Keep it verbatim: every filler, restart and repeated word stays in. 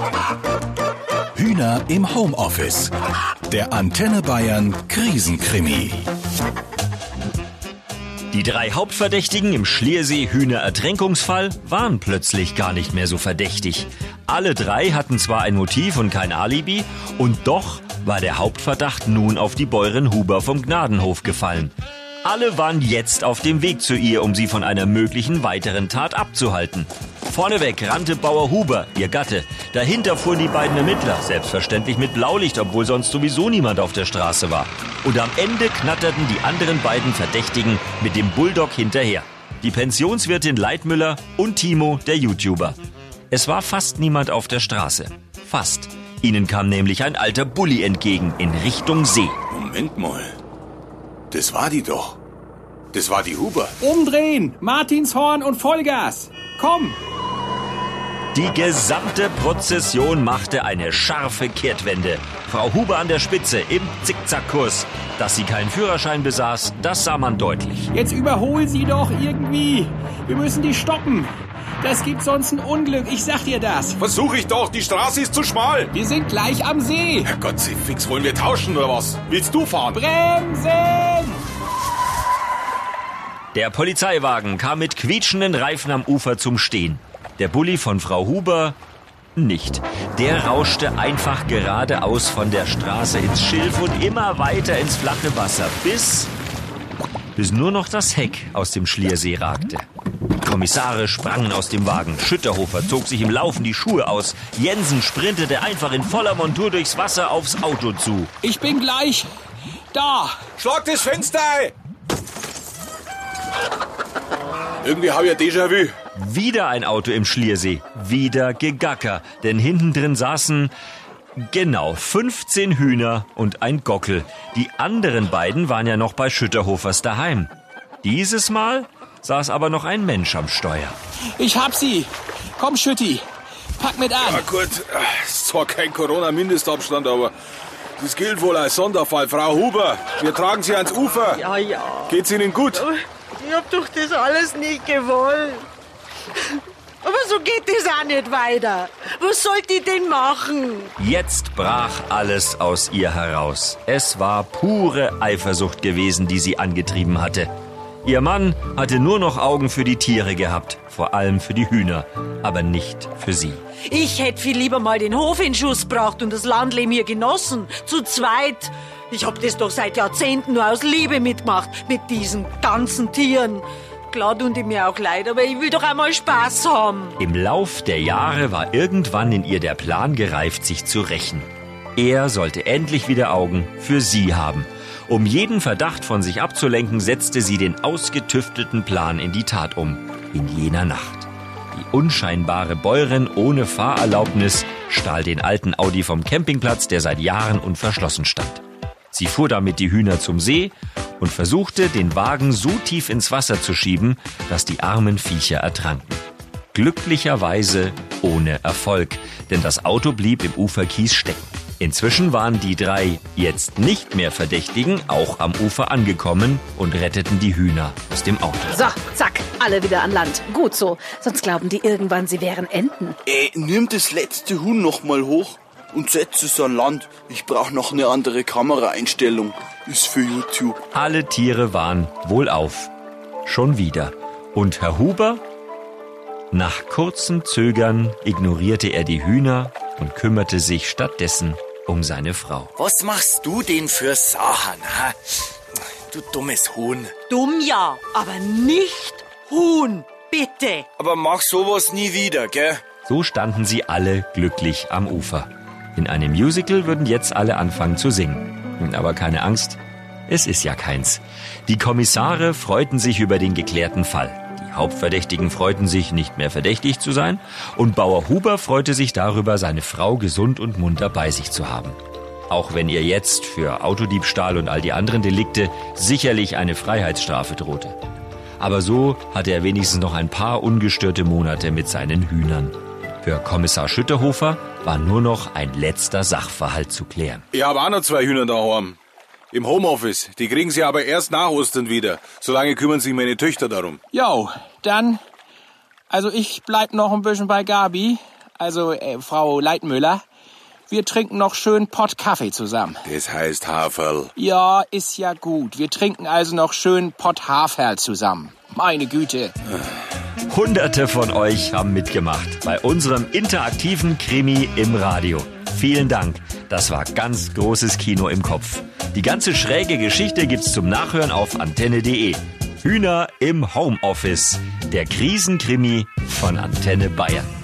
Hühner im Homeoffice. Der Antenne Bayern Krisenkrimi. Die drei Hauptverdächtigen im Schliersee-Hühner-Ertränkungsfall waren plötzlich gar nicht mehr so verdächtig. Alle drei hatten zwar ein Motiv und kein Alibi, und doch war der Hauptverdacht nun auf die Bäuerin Huber vom Gnadenhof gefallen. Alle waren jetzt auf dem Weg zu ihr, um sie von einer möglichen weiteren Tat abzuhalten. Vorneweg rannte Bauer Huber, ihr Gatte. Dahinter fuhren die beiden Ermittler, selbstverständlich mit Blaulicht, obwohl sonst sowieso niemand auf der Straße war. Und am Ende knatterten die anderen beiden Verdächtigen mit dem Bulldog hinterher. Die Pensionswirtin Leitmüller und Timo, der YouTuber. Es war fast niemand auf der Straße. Fast. Ihnen kam nämlich ein alter Bulli entgegen, in Richtung See. Moment mal. Das war die doch. Das war die Huber. Umdrehen! Martinshorn und Vollgas! Komm! Die gesamte Prozession machte eine scharfe Kehrtwende. Frau Huber an der Spitze im Zickzackkurs. Dass sie keinen Führerschein besaß, das sah man deutlich. Jetzt überhol sie doch irgendwie. Wir müssen die stoppen. Das gibt sonst ein Unglück, ich sag dir das. Versuch ich doch, die Straße ist zu schmal. Wir sind gleich am See. Herrgott, Sie fix, wollen wir tauschen oder was? Willst du fahren? Bremsen! Der Polizeiwagen kam mit quietschenden Reifen am Ufer zum Stehen. Der Bulli von Frau Huber nicht. Der rauschte einfach geradeaus von der Straße ins Schilf und immer weiter ins flache Wasser, bis... bis nur noch das Heck aus dem Schliersee ragte. Die Kommissare sprangen aus dem Wagen. Schütterhofer zog sich im Laufen die Schuhe aus. Jensen sprintete einfach in voller Montur durchs Wasser aufs Auto zu. Ich bin gleich da. Schlag das Fenster ein! Irgendwie habe ich ein Déjà-vu. Wieder ein Auto im Schliersee. Wieder Gegacker. Denn hinten drin saßen... genau, fünfzehn Hühner und ein Gockel. Die anderen beiden waren ja noch bei Schütterhofers daheim. Dieses Mal saß aber noch ein Mensch am Steuer. Ich hab sie. Komm, Schütti. Pack mit an. Ja gut, ist zwar kein Corona-Mindestabstand, aber das gilt wohl als Sonderfall. Frau Huber, wir tragen Sie ans Ufer. Ja, ja. Geht's Ihnen gut? Ich hab doch das alles nicht gewollt. Aber so geht das auch nicht weiter. Was sollte ich denn machen? Jetzt brach alles aus ihr heraus. Es war pure Eifersucht gewesen, die sie angetrieben hatte. Ihr Mann hatte nur noch Augen für die Tiere gehabt, vor allem für die Hühner, aber nicht für sie. Ich hätte viel lieber mal den Hof in Schuss gebracht und das Landleben hier genossen. Zu zweit. Ich hab das doch seit Jahrzehnten nur aus Liebe mitgemacht, mit diesen ganzen Tieren. Klar tun die mir auch leid, aber ich will doch einmal Spaß haben. Im Lauf der Jahre war irgendwann in ihr der Plan gereift, sich zu rächen. Er sollte endlich wieder Augen für sie haben. Um jeden Verdacht von sich abzulenken, setzte sie den ausgetüfteten Plan in die Tat um. In jener Nacht. Die unscheinbare Bäuerin ohne Fahrerlaubnis stahl den alten Audi vom Campingplatz, der seit Jahren unverschlossen stand. Sie fuhr damit die Hühner zum See und versuchte, den Wagen so tief ins Wasser zu schieben, dass die armen Viecher ertranken. Glücklicherweise ohne Erfolg, denn das Auto blieb im Uferkies stecken. Inzwischen waren die drei jetzt nicht mehr Verdächtigen auch am Ufer angekommen und retteten die Hühner aus dem Auto. So, zack, alle wieder an Land. Gut so, sonst glauben die irgendwann, sie wären Enten. Ey, nimm das letzte Huhn noch mal hoch und setz es an Land. Ich brauche noch eine andere Kameraeinstellung. Ist für YouTube. Alle Tiere waren wohlauf. Schon wieder. Und Herr Huber? Nach kurzem Zögern ignorierte er die Hühner und kümmerte sich stattdessen um seine Frau. Was machst du denn für Sachen, ha? Du dummes Huhn. Dumm ja, aber nicht Huhn, bitte. Aber mach sowas nie wieder, gell? So standen sie alle glücklich am Ufer. In einem Musical würden jetzt alle anfangen zu singen. Aber keine Angst, es ist ja keins. Die Kommissare freuten sich über den geklärten Fall. Die Hauptverdächtigen freuten sich, nicht mehr verdächtig zu sein. Und Bauer Huber freute sich darüber, seine Frau gesund und munter bei sich zu haben. Auch wenn ihr jetzt für Autodiebstahl und all die anderen Delikte sicherlich eine Freiheitsstrafe drohte. Aber so hatte er wenigstens noch ein paar ungestörte Monate mit seinen Hühnern. Für Kommissar Schütterhofer war nur noch ein letzter Sachverhalt zu klären. Ich habe auch noch zwei Hühner daheim. Im Homeoffice. Die kriegen sie aber erst nach Ostern wieder. Solange kümmern sich meine Töchter darum. Jo, dann... Also ich bleib noch ein bisschen bei Gabi. Also, äh, Frau Leitmüller, wir trinken noch schön Pott Kaffee zusammen. Das heißt Haferl. Ja, ist ja gut. Wir trinken also noch schön Pott Haferl zusammen. Meine Güte. Hunderte von euch haben mitgemacht bei unserem interaktiven Krimi im Radio. Vielen Dank. Das war ganz großes Kino im Kopf. Die ganze schräge Geschichte gibt's zum Nachhören auf antenne punkt de. Hühner im Homeoffice. Der Krisenkrimi von Antenne Bayern.